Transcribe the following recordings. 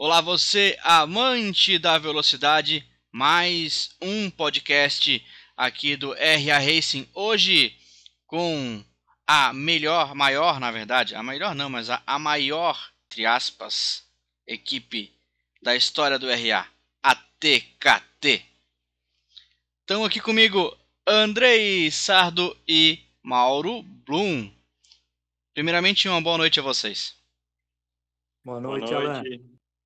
Olá, você amante da velocidade, mais um podcast aqui do RA Racing. Hoje com a maior, na verdade, a melhor não, mas a maior, entre aspas, equipe da história do RA, a TKT. Estão aqui comigo Andrei Sardo e Mauro Blum. Primeiramente, uma boa noite a vocês. Boa Boa noite, Alan. noite,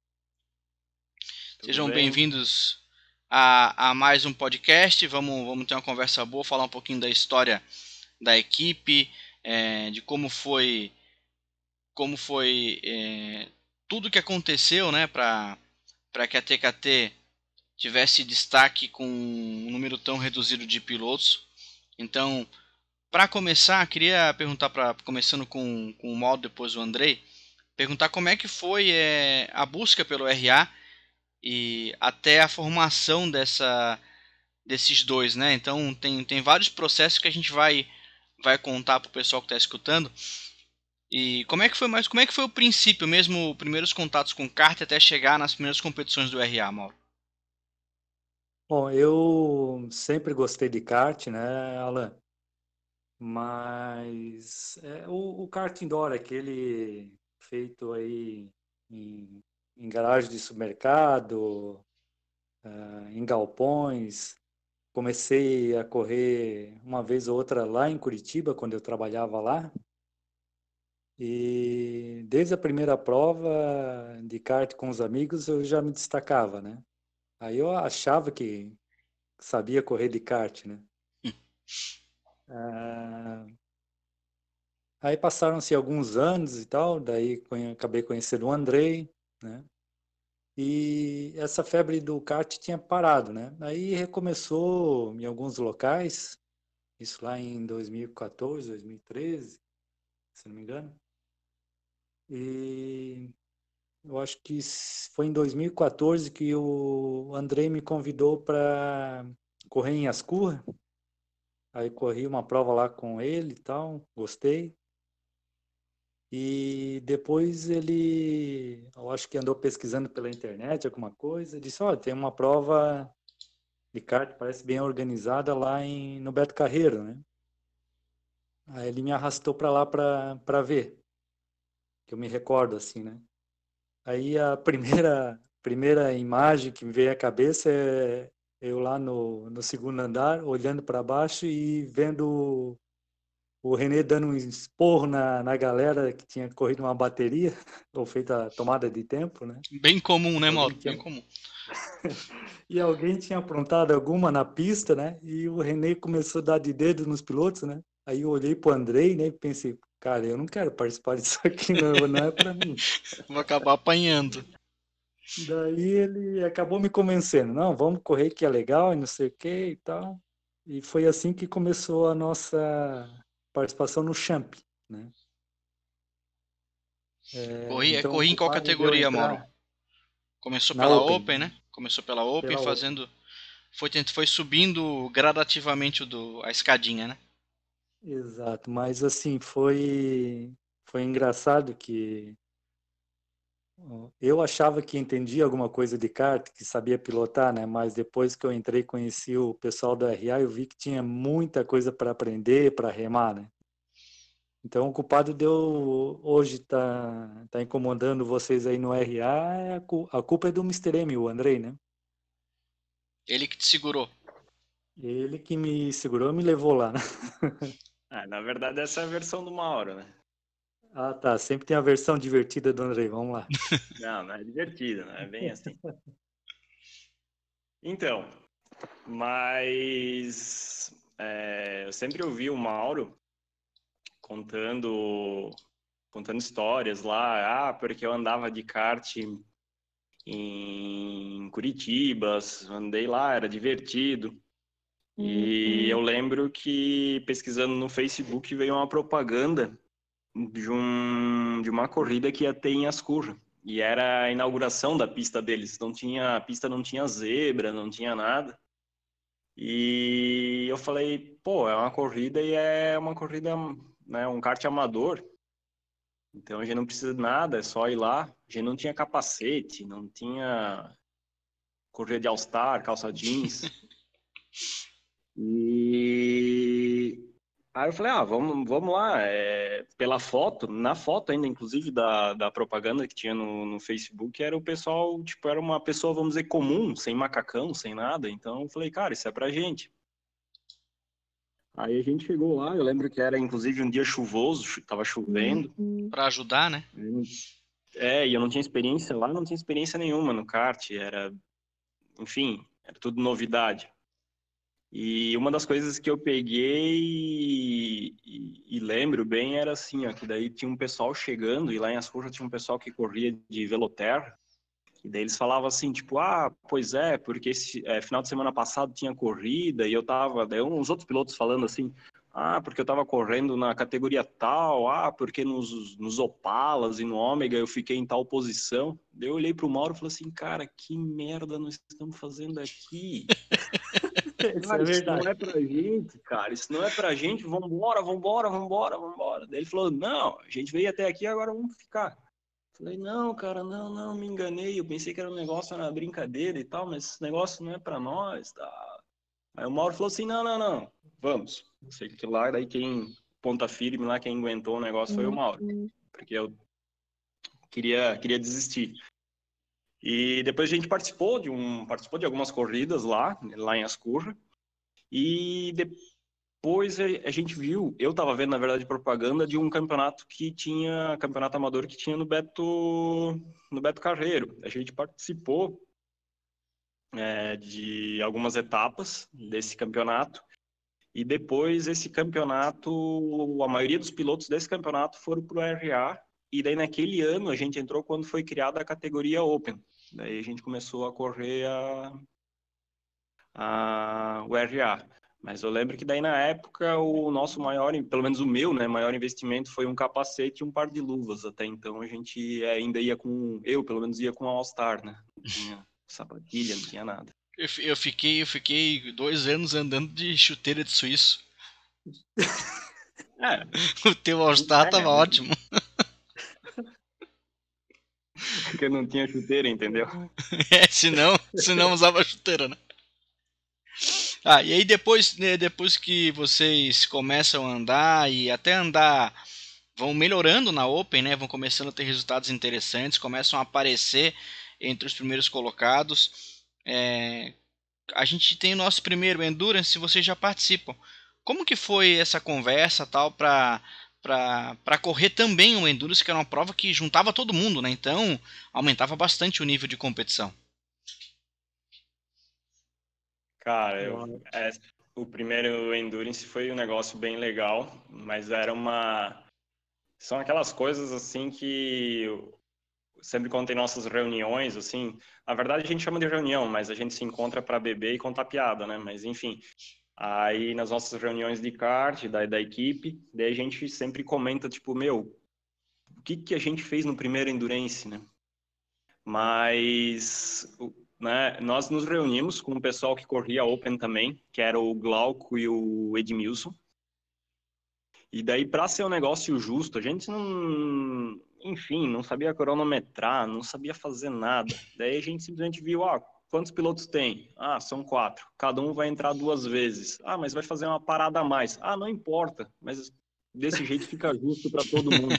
tudo Sejam bem? bem-vindos a mais um podcast. Vamos ter uma conversa boa, falar um pouquinho da história da equipe, de como foi tudo que aconteceu, né, para que a TKT tivesse destaque com um número tão reduzido de pilotos. Então, para começar, queria perguntar, começando com o Mauro, depois o Andrei, perguntar como é que foi a busca pelo RA e até a formação desses dois, né? Então tem vários processos que a gente vai contar pro pessoal que está escutando. E como é que foi o princípio mesmo, os primeiros contatos com kart até chegar nas primeiras competições do RA, Mauro? Bom, eu sempre gostei de kart, né, Alan? Mas o kart indoor, aquele feito aí em garagem de supermercado, em galpões. Comecei a correr uma vez ou outra lá em Curitiba, quando eu trabalhava lá. E desde a primeira prova de kart com os amigos, eu já me destacava, né? Aí eu achava que sabia correr de kart, né? Ah, aí passaram-se alguns anos e tal, daí acabei conhecendo o Andrei, né? E essa febre do kart tinha parado, né? Aí recomeçou em alguns locais, isso lá em 2014, 2013, se não me engano. E eu acho que foi em 2014 que o Andrei me convidou para correr em Ascurra. Aí corri uma prova lá com ele e tal, gostei. E depois ele, eu acho que andou pesquisando pela internet alguma coisa, disse, olha, tem uma prova de kart, parece bem organizada lá no Beto Carreiro, né? Aí ele me arrastou para lá para ver, que eu me recordo assim, né? Aí a primeira imagem que me veio à cabeça é eu lá no segundo andar, olhando para baixo e vendo o René dando um esporro na galera que tinha corrido uma bateria, ou feito a tomada de tempo, né? Bem comum, E né, alguém Mauro? Bem tinha, comum. e alguém tinha aprontado alguma na pista, né? E o René começou a dar de dedo nos pilotos, né? Aí eu olhei pro Andrei, né? E pensei, cara, eu não quero participar disso aqui, não é para mim. Vou acabar apanhando. Daí ele acabou me convencendo, não, vamos correr que é legal e não sei o que e tal. E foi assim que começou a nossa participação no Champ, né? Então o Corri em qual culpado de eu categoria, Mauro? entrar Começou na pela Open, Open, né? Começou pela Open, pela Open. fazendo. Foi subindo gradativamente a escadinha, né? Exato, mas assim, foi engraçado que eu achava que entendia alguma coisa de kart, que sabia pilotar, né? Mas depois que eu entrei e conheci o pessoal do RA, eu vi que tinha muita coisa para aprender, para remar, né? Então, o culpado de eu hoje tá incomodando vocês aí no RA, a culpa é do Mister M, o Andrei, né? Ele que te segurou. Ele que me segurou e me levou lá, né? Na verdade, essa é a versão do Mauro, né? Ah, tá. Sempre tem a versão divertida do Andrei. Vamos lá. Não é divertido, não é bem assim. Então, mas eu sempre ouvi o Mauro contando, contando histórias lá, porque eu andava de kart em Curitiba, andei lá, era divertido. E eu lembro que pesquisando no Facebook veio uma propaganda de uma corrida que ia ter em Ascurra. E era a inauguração da pista deles. A pista não tinha zebra, não tinha nada. E eu falei, pô, é uma corrida e é uma corrida, né, um kart amador. Então a gente não precisa de nada, é só ir lá. A gente não tinha capacete, não tinha correia de All-Star, calça jeans. E aí eu falei, vamos lá. Pela foto, na foto ainda, inclusive, da propaganda que tinha no Facebook, era o pessoal, tipo, era uma pessoa, vamos dizer, comum, sem macacão, sem nada. Então eu falei, cara, isso é pra gente. Aí a gente chegou lá, eu lembro que era, inclusive, um dia chuvoso, tava chovendo. Para ajudar, né? E eu não tinha experiência lá, não tinha experiência nenhuma no kart, enfim, era tudo novidade. E uma das coisas que eu peguei e lembro bem era assim, ó, que daí tinha um pessoal chegando, e lá em Ascoja tinha um pessoal que corria de Veloterra, e daí eles falavam assim, tipo, pois é, porque esse final de semana passado tinha corrida, e eu tava, daí uns outros pilotos falando assim, porque eu tava correndo na categoria tal, porque nos Opalas e no Ômega eu fiquei em tal posição. Daí eu olhei pro Mauro e falei assim, cara, que merda nós estamos fazendo aqui? Isso Cara, é isso não verdade. é pra gente, cara. Isso não é pra gente. Vambora. Daí ele falou, não, a gente veio até aqui, agora vamos ficar. Falei, não, cara, não, me enganei. Eu pensei que era um negócio, era uma brincadeira e tal, mas esse negócio não é pra nós, tá? Aí o Mauro falou assim, não, vamos. Eu sei que lá, daí ponta firme lá, quem aguentou o negócio foi o Mauro. Porque eu queria desistir. E depois a gente participou de algumas corridas lá em Ascurra. E depois a gente viu, eu estava vendo, na verdade, propaganda de um campeonato campeonato amador que tinha no Beto Carreiro. A gente participou de algumas etapas desse campeonato. E depois esse campeonato, a maioria dos pilotos desse campeonato foram para o RA. E daí naquele ano a gente entrou quando foi criada a categoria Open. Daí a gente começou a correr o RA. Mas eu lembro que daí na época o nosso maior, pelo menos o meu, né, maior investimento foi um capacete e um par de luvas. Até então a gente ainda eu pelo menos ia com a All-Star, né? Não tinha sapatilha, não tinha nada. Eu fiquei 2 anos andando de chuteira de suíço. O teu All-Star tava ótimo. Porque não tinha chuteira, entendeu? senão usava chuteira, né? E aí depois, né, depois que vocês começam a andar e até andar, vão melhorando na Open, né? Vão começando a ter resultados interessantes, começam a aparecer entre os primeiros colocados. A gente tem o nosso primeiro Endurance, vocês já participam. Como que foi essa conversa tal para correr também o Endurance, que era uma prova que juntava todo mundo, né? Então aumentava bastante o nível de competição. Cara, o primeiro Endurance foi um negócio bem legal, mas são aquelas coisas assim que sempre quando tem nossas reuniões, assim, na verdade a gente chama de reunião, mas a gente se encontra para beber e contar piada, né? Mas enfim, aí nas nossas reuniões de kart, da equipe, daí a gente sempre comenta, tipo, o que a gente fez no primeiro Endurance, né? Mas, né, nós nos reunimos com o pessoal que corria Open também, que era o Glauco e o Edmilson. E daí, para ser um negócio justo, a gente não, enfim, não sabia cronometrar, não sabia fazer nada. Daí a gente simplesmente viu, quantos pilotos tem? São 4. Cada um vai entrar 2 vezes. Mas vai fazer uma parada a mais. Não importa, mas desse jeito fica justo para todo mundo.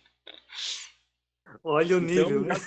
Olha o nível, né?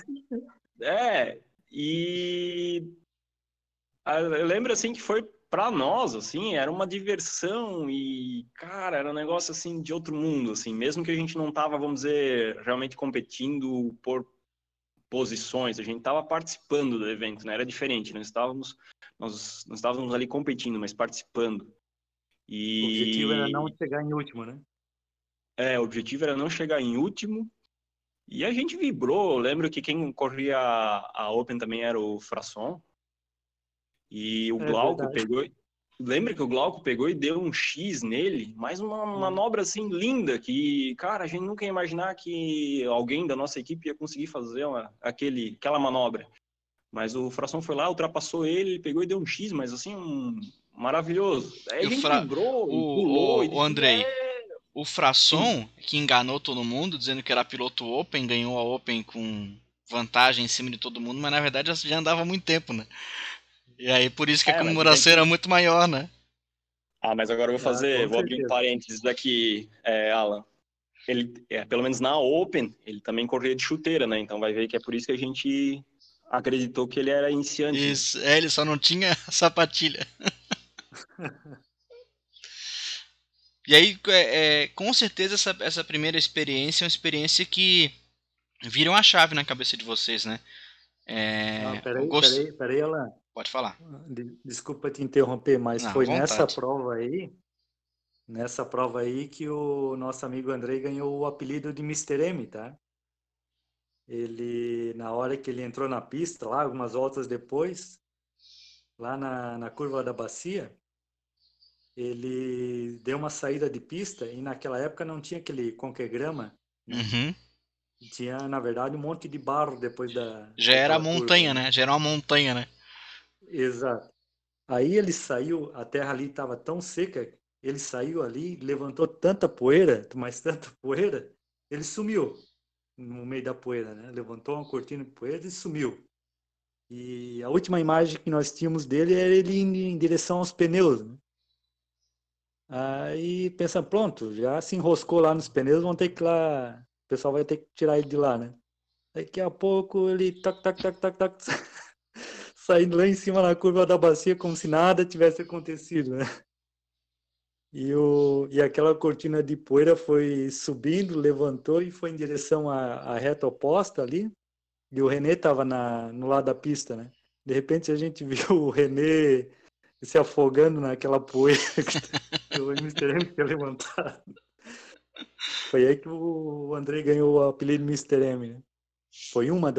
E eu lembro assim que foi para nós, assim, era uma diversão e, cara, era um negócio assim de outro mundo, assim, mesmo que a gente não tava, vamos dizer, realmente competindo por posições, a gente tava participando do evento, né? Era diferente, nós estávamos ali competindo, mas participando. O objetivo era não chegar em último, né? O objetivo era não chegar em último. E a gente vibrou. Eu lembro que quem corria a Open também era o Frasson. E o Glauco verdade. pegou. Lembra que o Glauco pegou e deu um X nele? Mais uma manobra assim linda que, cara, a gente nunca ia imaginar que alguém da nossa equipe ia conseguir fazer aquela manobra. Mas o Frasson foi lá, ultrapassou ele pegou e deu um X, mas assim, maravilhoso. Aí a gente vibrou e pulou e o disse, Andrei, O Frasson, que enganou todo mundo, dizendo que era piloto Open, ganhou a Open com vantagem em cima de todo mundo, mas na verdade já andava há muito tempo, né? E aí por isso que a Mas a comemoração era gente... muito maior, né? mas agora eu Com vou abrir um certeza. parênteses aqui, Alan. Ele, pelo menos na Open, ele também corria de chuteira, né? Então vai ver que é por isso que a gente acreditou que ele era iniciante, né? Isso, ele só não tinha sapatilha. E aí, com certeza, essa primeira experiência é uma experiência que viram a chave na cabeça de vocês, né? Não, Eu gosto. peraí, Alan. Pode falar. Desculpa te interromper, mas Não, à foi vontade. nessa prova aí que o nosso amigo Andrei ganhou o apelido de Mister M, tá? Ele, na hora que ele entrou na pista, lá, algumas voltas depois, lá na curva da bacia, ele deu uma saída de pista e naquela época não tinha aquele conquegrama, né? Uhum. Tinha, na verdade, um monte de barro depois Já era daquela curva, montanha, né? né? Já era uma montanha, né? Exato. Aí ele saiu, a terra ali estava tão seca, ele saiu ali, levantou tanta poeira, mas tanta poeira, ele sumiu no meio da poeira, né? Levantou uma cortina de poeira e sumiu. E a última imagem que nós tínhamos dele era ele indo em direção aos pneus, né? Aí pensa, pronto, já se enroscou lá nos pneus, vão ter que ir lá, o pessoal vai ter que tirar ele de lá, né? Daqui a pouco ele tac, tac, tac, tac, tac, saindo lá em cima na curva da bacia como se nada tivesse acontecido, né? E aquela cortina de poeira foi subindo, levantou e foi em direção à reta oposta ali. E o René estava no lado da pista, né? De repente a gente viu o René se afogando naquela poeira que o Mr. M tinha levantado. Foi aí que o André ganhou o apelido Mr. M, né? Foi uma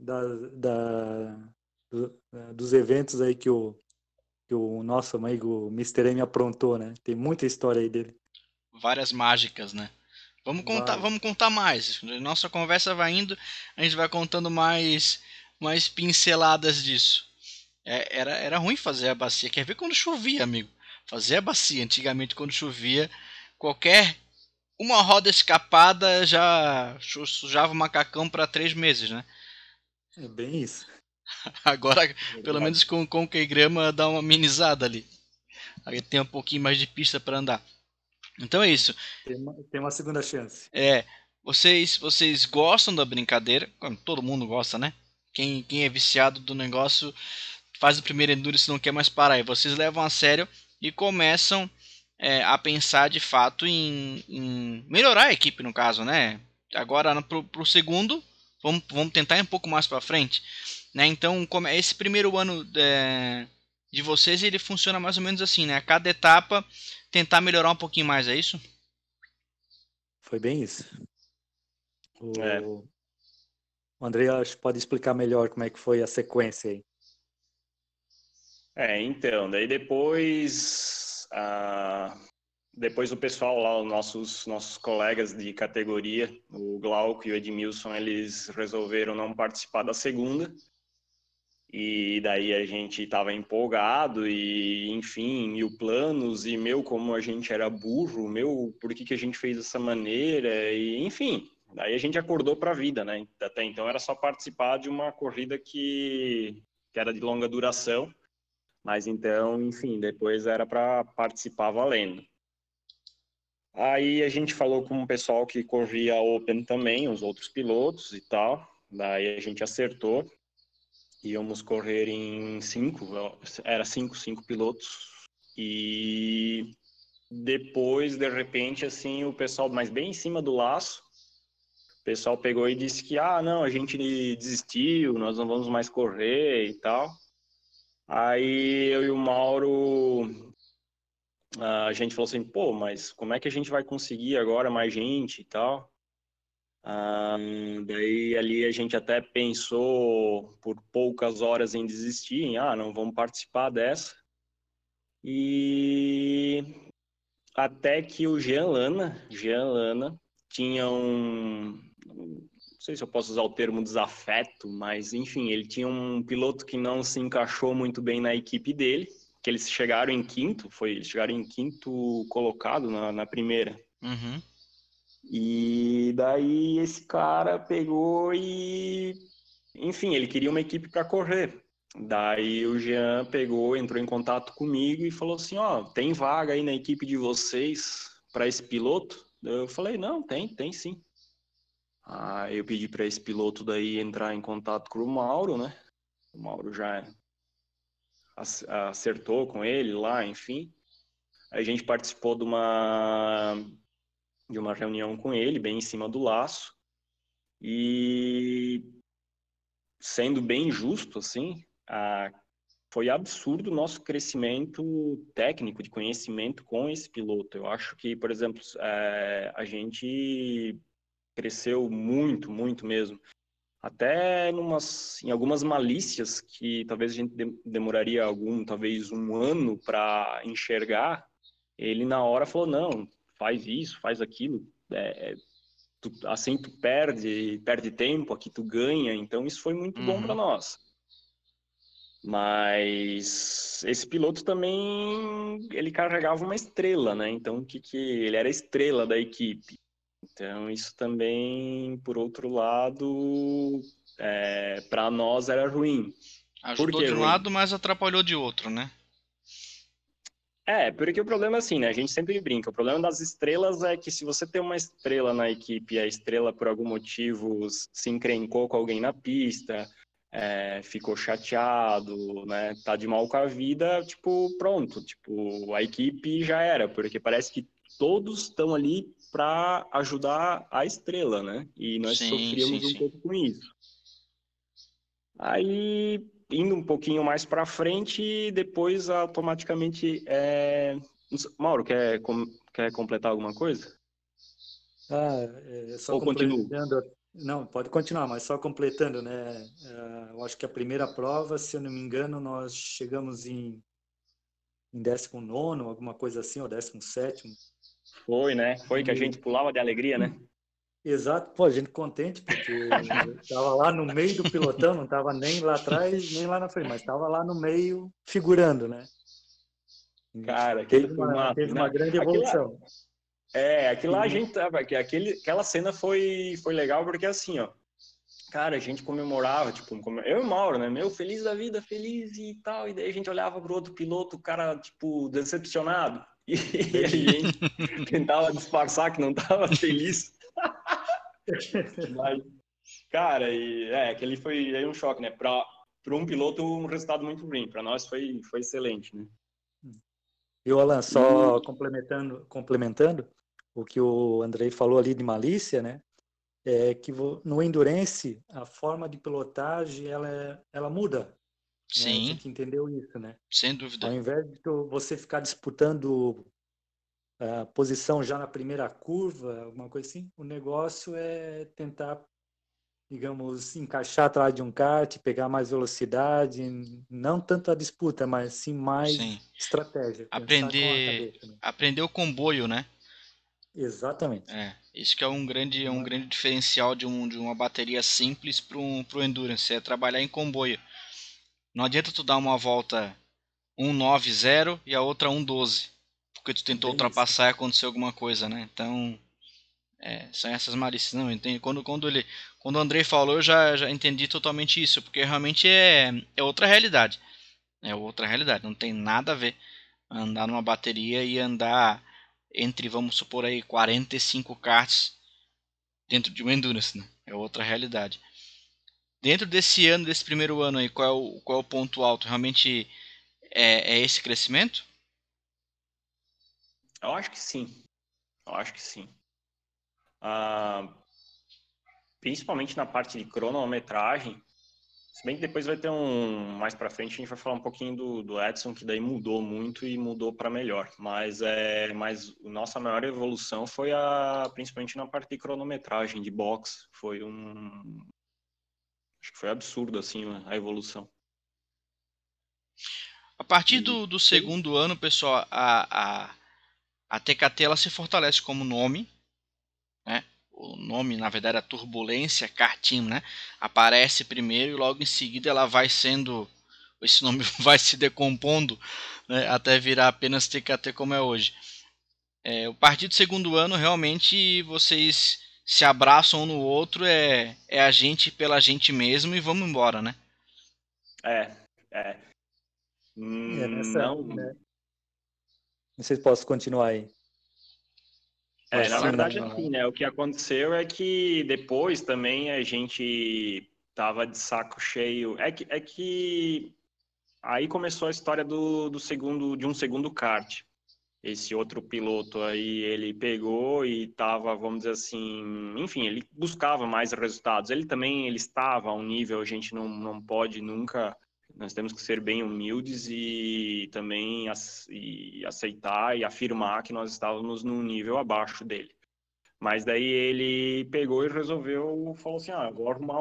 dos eventos aí que o nosso amigo Mr. M aprontou, né? Tem muita história aí dele. Várias mágicas, né? Várias. Vamos contar mais. Nossa conversa vai indo, a gente vai contando mais pinceladas disso. Era ruim fazer a bacia. Quer ver quando chovia, amigo? Fazer a bacia. Antigamente, quando chovia, qualquer uma roda escapada já sujava o macacão para 3 meses, né? É bem isso. Agora, pelo Verdade. menos com o grama dá uma amenizada ali. Aí tem um pouquinho mais de pista para andar. Então é isso. Tem uma segunda chance. É, vocês gostam da brincadeira? Todo mundo gosta, né? Quem é viciado do negócio faz o primeiro endurance e não quer mais parar. E vocês levam a sério e começam a pensar de fato em melhorar a equipe, no caso, né? Agora pro segundo, vamos tentar ir um pouco mais para frente, né? Então, esse primeiro ano de vocês, ele funciona mais ou menos assim, né? A cada etapa tentar melhorar um pouquinho mais, é isso? Foi bem isso. É. O André acho que pode explicar melhor como é que foi a sequência aí. Então, daí depois o pessoal lá, os nossos colegas de categoria, o Glauco e o Edmilson, eles resolveram não participar da segunda. E daí a gente estava empolgado e, enfim, mil planos, e como a gente era burro, por que a gente fez dessa maneira, e enfim, daí a gente acordou para a vida, né? Até então era só participar de uma corrida que era de longa duração, mas então, enfim, depois era para participar valendo. Aí a gente falou com o pessoal que corria a Open também, os outros pilotos e tal, daí a gente acertou. Íamos correr em cinco pilotos. E depois, de repente, assim, o pessoal, mas bem em cima do laço, o pessoal pegou e disse que, não, a gente desistiu, nós não vamos mais correr e tal. Aí eu e o Mauro, a gente falou assim, pô, mas como é que a gente vai conseguir agora mais gente e tal? Daí ali a gente até pensou por poucas horas em desistir, não vamos participar dessa. E até que o Jean Lana tinha não sei se eu posso usar o termo desafeto, mas enfim, ele tinha um piloto que não se encaixou muito bem na equipe dele, que eles chegaram em quinto colocado na primeira. Uhum. E daí esse cara pegou e, enfim, ele queria uma equipe para correr. Daí o Jean pegou, entrou em contato comigo e falou assim, ó, tem vaga aí na equipe de vocês para esse piloto? Eu falei, não, tem sim. Aí eu pedi para esse piloto daí entrar em contato com o Mauro, né? O Mauro já acertou com ele lá, enfim. Aí a gente participou de uma reunião com ele, bem em cima do laço. E sendo bem justo, assim, foi absurdo o nosso crescimento técnico, de conhecimento com esse piloto. Eu acho que, por exemplo, a gente cresceu muito, muito mesmo. Até em algumas malícias que talvez a gente demoraria talvez um ano para enxergar, ele na hora falou, não, faz isso, faz aquilo, assim tu perde tempo, aqui tu ganha, então isso foi muito bom para Uhum. nós. Mas esse piloto também, ele carregava uma estrela, né? Então ele era a estrela da equipe. Então isso também, por outro lado, para nós era ruim. Por Ajudou que de um ruim? lado, mas atrapalhou de outro, né? Porque o problema é assim, né? A gente sempre brinca. O problema das estrelas é que se você tem uma estrela na equipe e a estrela, por algum motivo, se encrencou com alguém na pista, ficou chateado, né? Tá de mal com a vida, tipo, pronto. Tipo, a equipe já era, porque parece que todos estão ali para ajudar a estrela, né? E nós Sim, sim, sofríamos um sim. pouco com isso. Aí, indo um pouquinho mais para frente, depois automaticamente. Mauro, quer completar alguma coisa? Só Ou continuo? complementando, não, pode continuar, mas só completando, né? Eu acho que a primeira prova, se eu não me engano, nós chegamos em 19º, alguma coisa assim, ou 17º. Foi, né? Foi que a E, gente pulava de alegria, né? exato, pô, a gente contente, porque estava lá no meio do pilotão, não estava nem lá atrás, nem lá na frente, mas estava lá no meio, figurando, né? E Cara, aquilo teve foi uma, massa, teve uma né? grande Aquilo, evolução. aquilo lá a E, gente tava. Aquela cena foi legal porque assim, ó. Cara, a gente comemorava, tipo, eu e o Mauro, né? Meu, feliz da vida, feliz e tal. E daí a gente olhava pro outro piloto, o cara, tipo, decepcionado. E a bem, gente tentava disfarçar que não tava feliz. Mas, cara, aquele foi aí um choque, né? Para um piloto, um resultado muito ruim. Para nós foi excelente, né? e o Alan, E, só complementando o que o Andrei falou ali de malícia, né? É que no endurance a forma de pilotagem ela muda, né? Você Sim, que entendeu isso, né? sem Ao dúvida. invés de você ficar disputando a posição já na primeira curva, alguma coisa assim, o negócio é tentar, digamos, encaixar atrás de um kart, pegar mais velocidade, não tanto a disputa, mas sim Sim. mais estratégia, pensar com a Aprender, cabeça, né? aprender o comboio, né? Exatamente. Isso que é um grande diferencial de uma bateria simples pro Endurance, é trabalhar em comboio. Não adianta tu dar uma volta 1,90 e a outra 1,12, porque tu tentou Bem isso. ultrapassar e aconteceu alguma coisa, né? Então, são essas malícias. Não, entende? Quando o Andrei falou, eu já entendi totalmente isso, porque realmente é outra realidade. É outra realidade, não tem nada a ver andar numa bateria e andar entre, vamos supor aí, 45 karts dentro de um Endurance, né? É outra realidade. Dentro desse ano, desse primeiro ano aí, qual é o ponto alto? Realmente é esse crescimento? eu acho que sim. Eu acho que sim. Ah, principalmente na parte de cronometragem. Se bem que depois vai ter mais para frente a gente vai falar um pouquinho do Edson, que daí mudou muito e mudou para melhor. Mas a nossa maior evolução foi principalmente na parte de cronometragem, de box. Acho que foi absurdo assim a evolução. A partir E do segundo ano, pessoal, a TKT ela se fortalece como nome, né? O nome, na verdade, é Turbulência Karting, né? Aparece primeiro e logo em seguida ela vai sendo, esse nome vai se decompondo, né? Até virar apenas TKT como é hoje. O partir do segundo ano, realmente, vocês se abraçam um no outro, é a gente pela gente mesmo e vamos embora, né? É, é. Nessa, Não. né? Não sei se posso continuar aí. Mas Na sim, verdade, assim, né? O que aconteceu é que depois também a gente tava de saco cheio. É que aí começou a história de um segundo kart. Esse outro piloto aí, ele pegou e tava, vamos dizer assim, enfim, ele buscava mais resultados. Ele estava a um nível, a gente não pode nunca, nós temos que ser bem humildes e também e aceitar e afirmar que nós estávamos num nível abaixo dele. Mas daí ele pegou e resolveu, falou assim, vou arrumar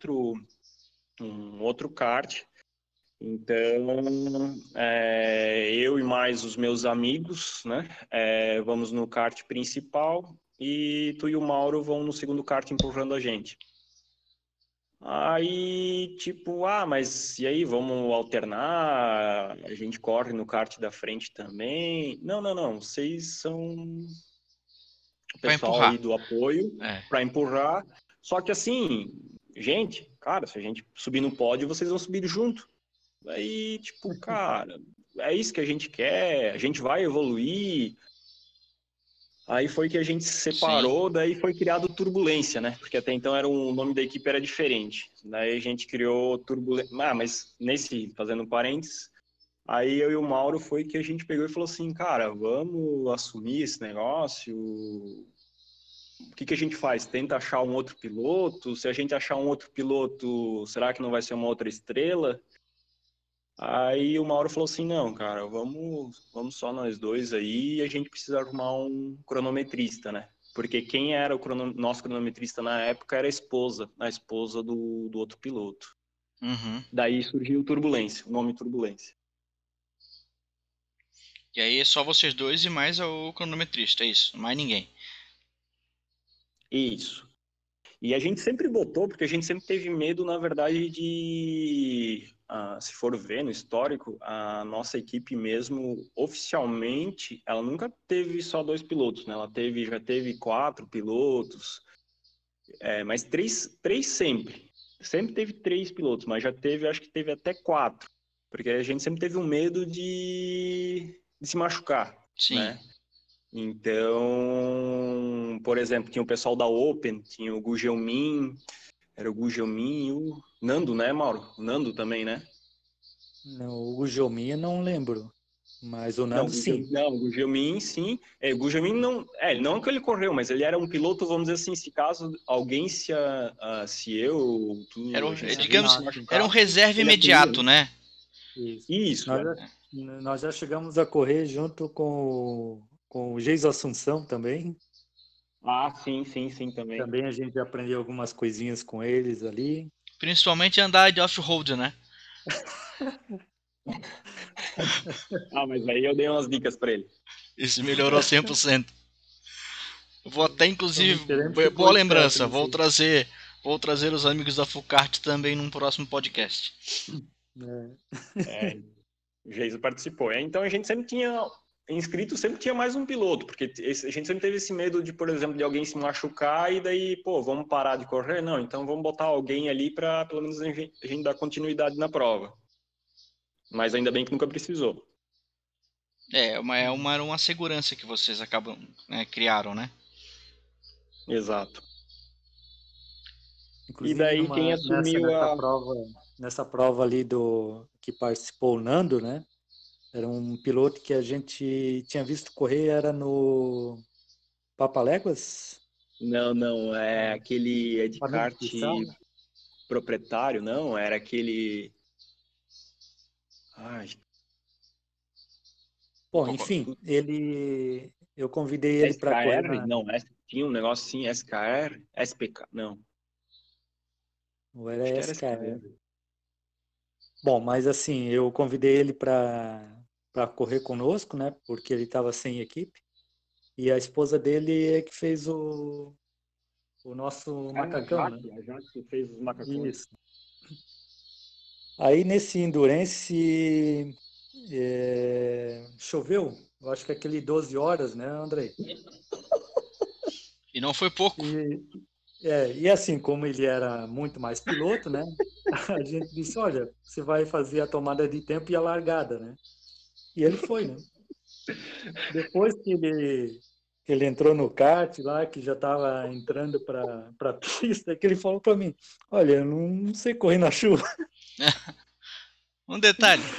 um outro kart. Então, eu e mais os meus amigos, né, vamos no kart principal e tu e o Mauro vão no segundo kart empurrando a gente. Aí, tipo, mas e aí, vamos alternar? A gente corre no kart da frente também? Não, vocês são o Pra pessoal aí empurrar. do apoio É. para empurrar. Só que assim, gente, cara, se a gente subir no pódio, vocês vão subir junto. Aí, tipo, cara, é isso que a gente quer, a gente vai evoluir. Aí foi que a gente se Sim. separou, daí foi criado Turbulência, né? Porque até então o nome da equipe era diferente. Daí a gente criou Turbulência. Mas fazendo um parênteses, aí eu e o Mauro foi que a gente pegou e falou assim, cara, vamos assumir esse negócio. O que a gente faz? Tenta achar um outro piloto? Se a gente achar um outro piloto, será que não vai ser uma outra estrela? Aí o Mauro falou assim, não, cara, vamos só nós dois aí e a gente precisa arrumar um cronometrista, né? Porque quem era nosso cronometrista na época era a esposa do outro piloto. Uhum. Daí surgiu Turbulência, o nome Turbulência. E aí é só vocês dois e mais o cronometrista, é isso, mais ninguém. Isso. E a gente sempre botou, porque a gente sempre teve medo, na verdade, se for ver no histórico, a nossa equipe mesmo, oficialmente, ela nunca teve só 2 pilotos, né? Já teve 4 pilotos, mas três sempre. Sempre teve 3 pilotos, mas acho que teve até 4, porque a gente sempre teve um medo de se machucar, Sim. né? Então, por exemplo, tinha o pessoal da Open, tinha o Gugelmin, era o Gugelmin e o Nando, né, Mauro? O Nando também, né? não, o Jomi eu não lembro, mas o Nando sim. O Gugelmin, sim. O Gugelmin não, ele não que ele correu, mas ele era um piloto, vamos dizer assim, se caso alguém se eu, tu, a gente, se a gente se Digamos, era um machucasse, reserva ele assumia, imediato, né? né? Isso. Isso, Nós já chegamos a correr junto com o Geis Assunção também. sim, também. Também a gente aprendeu algumas coisinhas com eles ali. Principalmente andar de off-road, né? Mas aí eu dei umas dicas para ele. Isso melhorou 100%. Vou até, inclusive, Teremos que boa pôr esperto lembrança, nisso aí. vou trazer os amigos da Fucart também num próximo podcast. É, o Geiso participou. Então a gente sempre tinha inscrito, sempre tinha mais um piloto, porque a gente sempre teve esse medo de, por exemplo, de alguém se machucar e daí, pô, vamos parar de correr? Não, então vamos botar alguém ali para pelo menos a gente dar continuidade na prova. Mas ainda bem que nunca precisou. Era uma segurança que vocês acabam, né, criaram, né? Exato. E Inclusive daí quem assumiu nessa prova ali do que participou o Nando, né? Era um piloto que a gente tinha visto correr, era no Papaléguas, Não, é aquele Ed família Kart especial. proprietário, não, era aquele. Ai, Bom, enfim, eu convidei ele para correr SKR? Não, tinha um negócio assim, SKR, SPK, não, não era acho que era SKR. SKR. Bom, mas assim, eu convidei ele para correr conosco, né? Porque ele estava sem equipe. E a esposa dele é que fez o nosso macacão, né? A Jaque fez os macacões. Isso. Aí nesse Endurance choveu Eu acho que aquele 12 horas, né, Andrei? E não foi pouco. E assim, como ele era muito mais piloto, né? A gente disse, olha, você vai fazer a tomada de tempo e a largada, né? E ele foi, né? Depois que ele entrou no kart lá, que já estava entrando para a pista, que ele falou para mim, olha, eu não sei correr na chuva. Um detalhe.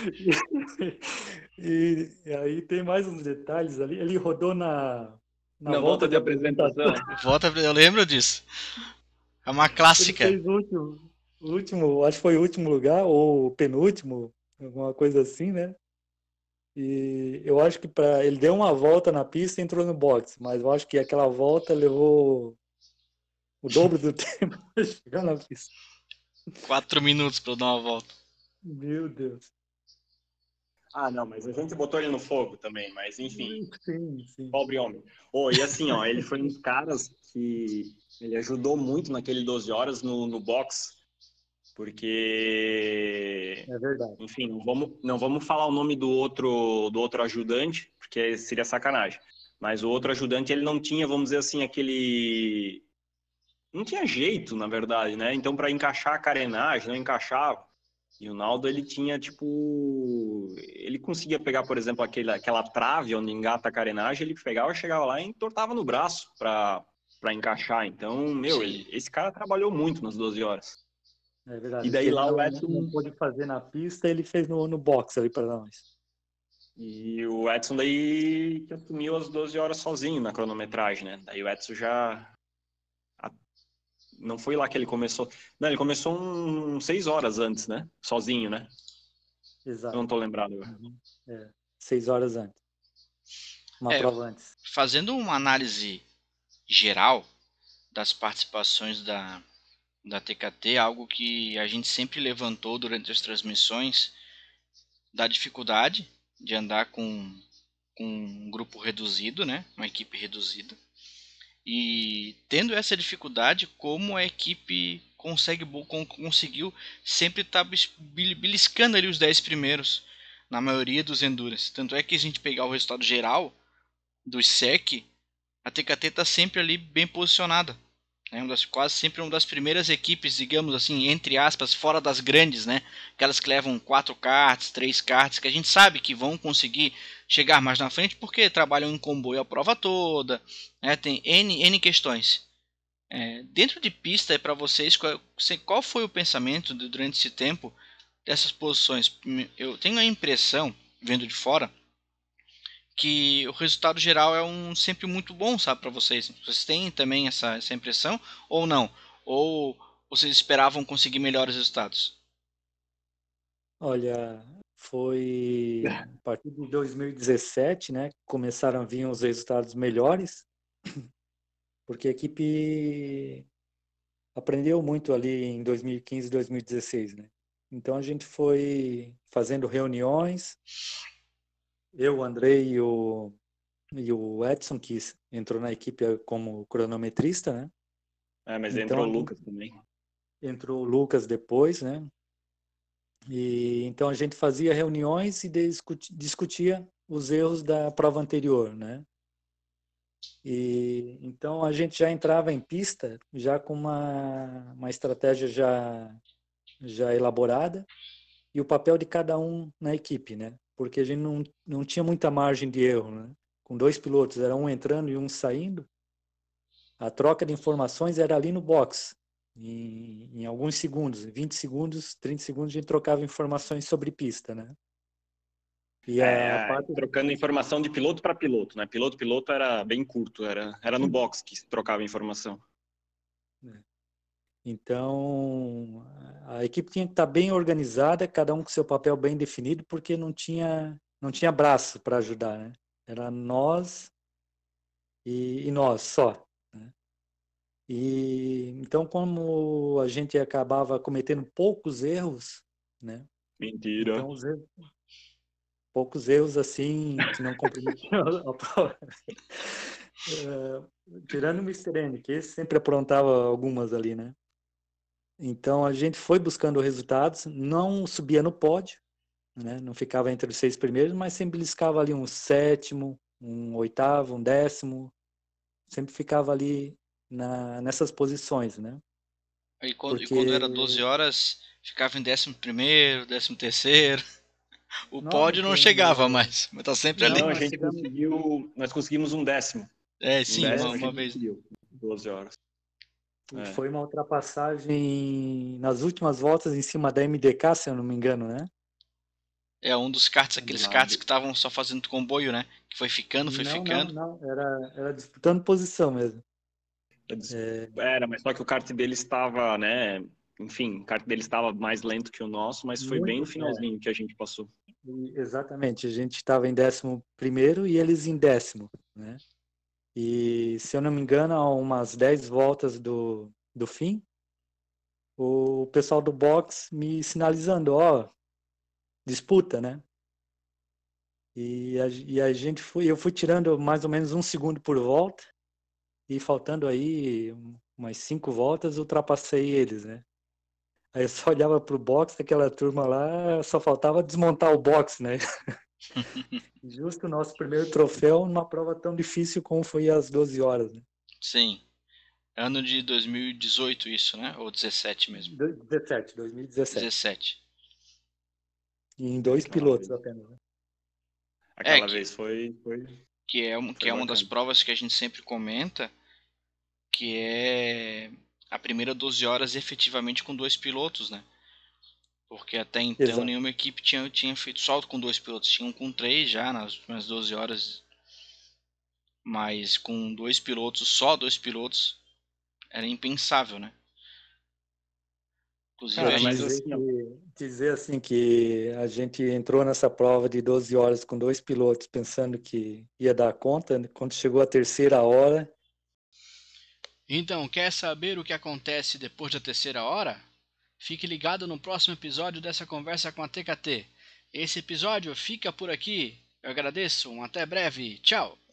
E aí tem mais uns detalhes ali. Ele rodou na Na volta volta de de apresentação. apresentação. Eu lembro disso. É uma Ele clássica. fez o último, acho que foi o último lugar, ou o penúltimo, alguma coisa assim, né? E eu acho que ele deu uma volta na pista e entrou no box, mas eu acho que aquela volta levou o dobro do tempo para chegar na pista. 4 minutos pra eu dar uma volta. Meu Deus. Ah, não, mas a gente botou ele no fogo também, mas enfim, Sim, sim. pobre homem. E assim, ele foi um dos caras que ele ajudou muito naquele 12 horas no box, porque, É verdade. enfim, não vamos falar o nome do outro ajudante, porque seria sacanagem. Mas o outro ajudante, ele não tinha, vamos dizer assim, aquele... Não tinha jeito, na verdade, né? Então, para encaixar a carenagem, não encaixava. E o Naldo, ele tinha, tipo... Ele conseguia pegar, por exemplo, aquela trave onde engata a carenagem, ele pegava, chegava lá e entortava no braço para encaixar. Então, Sim. esse cara trabalhou muito nas 12 horas. É verdade. E O que daí ele lá o não Edson... pôde fazer na pista, ele fez no box ali para nós. E o Edson daí que assumiu as 12 horas sozinho na cronometragem, né? Daí o Edson já... Não foi lá que ele começou. Não, ele começou 6 horas antes, né? Sozinho, né? Eu Exato. não tô lembrado agora. Uhum. 6 horas antes. Uma É, prova antes. fazendo uma análise geral das participações da TKT, algo que a gente sempre levantou durante as transmissões, da dificuldade de andar com um grupo reduzido, né? Uma equipe reduzida. E tendo essa dificuldade, como a equipe conseguiu sempre estar beliscando ali os 10 primeiros na maioria dos Endurance. Tanto é que a gente pegar o resultado geral dos SEC, a TKT está sempre ali bem posicionada. É quase sempre uma das primeiras equipes, digamos assim, entre aspas, fora das grandes, né? Aquelas que levam 4 karts, 3 karts, que a gente sabe que vão conseguir chegar mais na frente porque trabalham em comboio a prova toda, né? Tem N questões. Dentro de pista, para vocês, qual foi o pensamento durante esse tempo dessas posições? Eu tenho a impressão, vendo de fora, que o resultado geral é sempre muito bom, sabe, para vocês. Vocês têm também essa impressão ou não? Ou vocês esperavam conseguir melhores resultados? Olha, foi a partir de 2017, né, que começaram a vir os resultados melhores, porque a equipe aprendeu muito ali em 2015 e 2016, né? Então a gente foi fazendo reuniões, eu, o Andrei e o Edson, que entrou na equipe como cronometrista, né? Mas Então entrou a o gente Lucas também. entrou o Lucas depois, né? E então a gente fazia reuniões e discutia os erros da prova anterior, né? E então a gente já entrava em pista já com uma estratégia já elaborada e o papel de cada um na equipe, né? Porque a gente não tinha muita margem de erro, né? Com dois pilotos, era um entrando e um saindo, a troca de informações era ali no box. Em alguns segundos, 20 segundos, 30 segundos, a gente trocava informações sobre pista, né? E a parte Trocando informação de piloto para piloto, né? Piloto era bem curto, era no box que se trocava informação. Então, a equipe tinha que estar bem organizada, cada um com seu papel bem definido, porque não tinha braço para ajudar, né? Era nós e nós só, né? E então, como a gente acabava cometendo poucos erros, né? Mentira. Então, poucos erros assim que não comprometiam a prova. Tirando o Mr. N, que esse sempre aprontava algumas ali, né? Então a gente foi buscando resultados, não subia no pódio, né? Não ficava entre os 6 primeiros, mas sempre beliscava ali um sétimo, um oitavo, um décimo. Sempre ficava ali nessas posições, né? E quando era Porque, 12 horas, ficava em 11º, 13º. O não, pódio não chegava mais, mas tá sempre ali. não, Não, a nós gente chegamos, conseguiu, nós conseguimos um décimo. É, Um sim, décimo é, a uma gente vez. conseguiu. 12 horas. e É. foi uma ultrapassagem nas últimas voltas em cima da MDK, se eu não me engano, né? É um dos karts, aqueles Lá karts que estavam só fazendo comboio, né? Que foi ficando, foi Não, ficando. era disputando posição mesmo. Era, mas só que o kart dele estava, né? Enfim, o kart dele estava mais lento que o nosso, mas foi bem no Muito, finalzinho que a gente passou. exatamente. A gente estava em 11º e eles em 10º, né? E, se eu não me engano, a umas 10 voltas do fim, o pessoal do box me sinalizando, ó, disputa, né? E a gente eu fui tirando mais ou menos 1 segundo por volta, e faltando aí umas 5 voltas, ultrapassei eles, né? Aí eu só olhava pro box daquela turma lá, só faltava desmontar o box, né? Justo o nosso primeiro troféu numa prova tão difícil como foi as 12 horas, né? Sim. Ano de 2018 isso, né? Ou 17 mesmo. 2017. 17. E em 2 Aquela pilotos vez. apenas, né? É, Aquela vez que foi é uma das bacana. provas que a gente sempre comenta, que é a primeira 12 horas efetivamente com 2 pilotos, né? Porque até então Exato. nenhuma equipe tinha feito salto com 2 pilotos. Tinham com 3 já nas últimas 12 horas, mas com 2 pilotos, só 2 pilotos, era impensável, né? Inclusive Cara, a mas gente. assim, ó, Dizer assim que a gente entrou nessa prova de 12 horas com 2 pilotos pensando que ia dar conta, né? Quando chegou a terceira hora, Então, quer saber o que acontece depois da terceira hora? Fique ligado no próximo episódio dessa conversa com a TKT. Esse episódio fica por aqui. Eu agradeço, até breve. Tchau!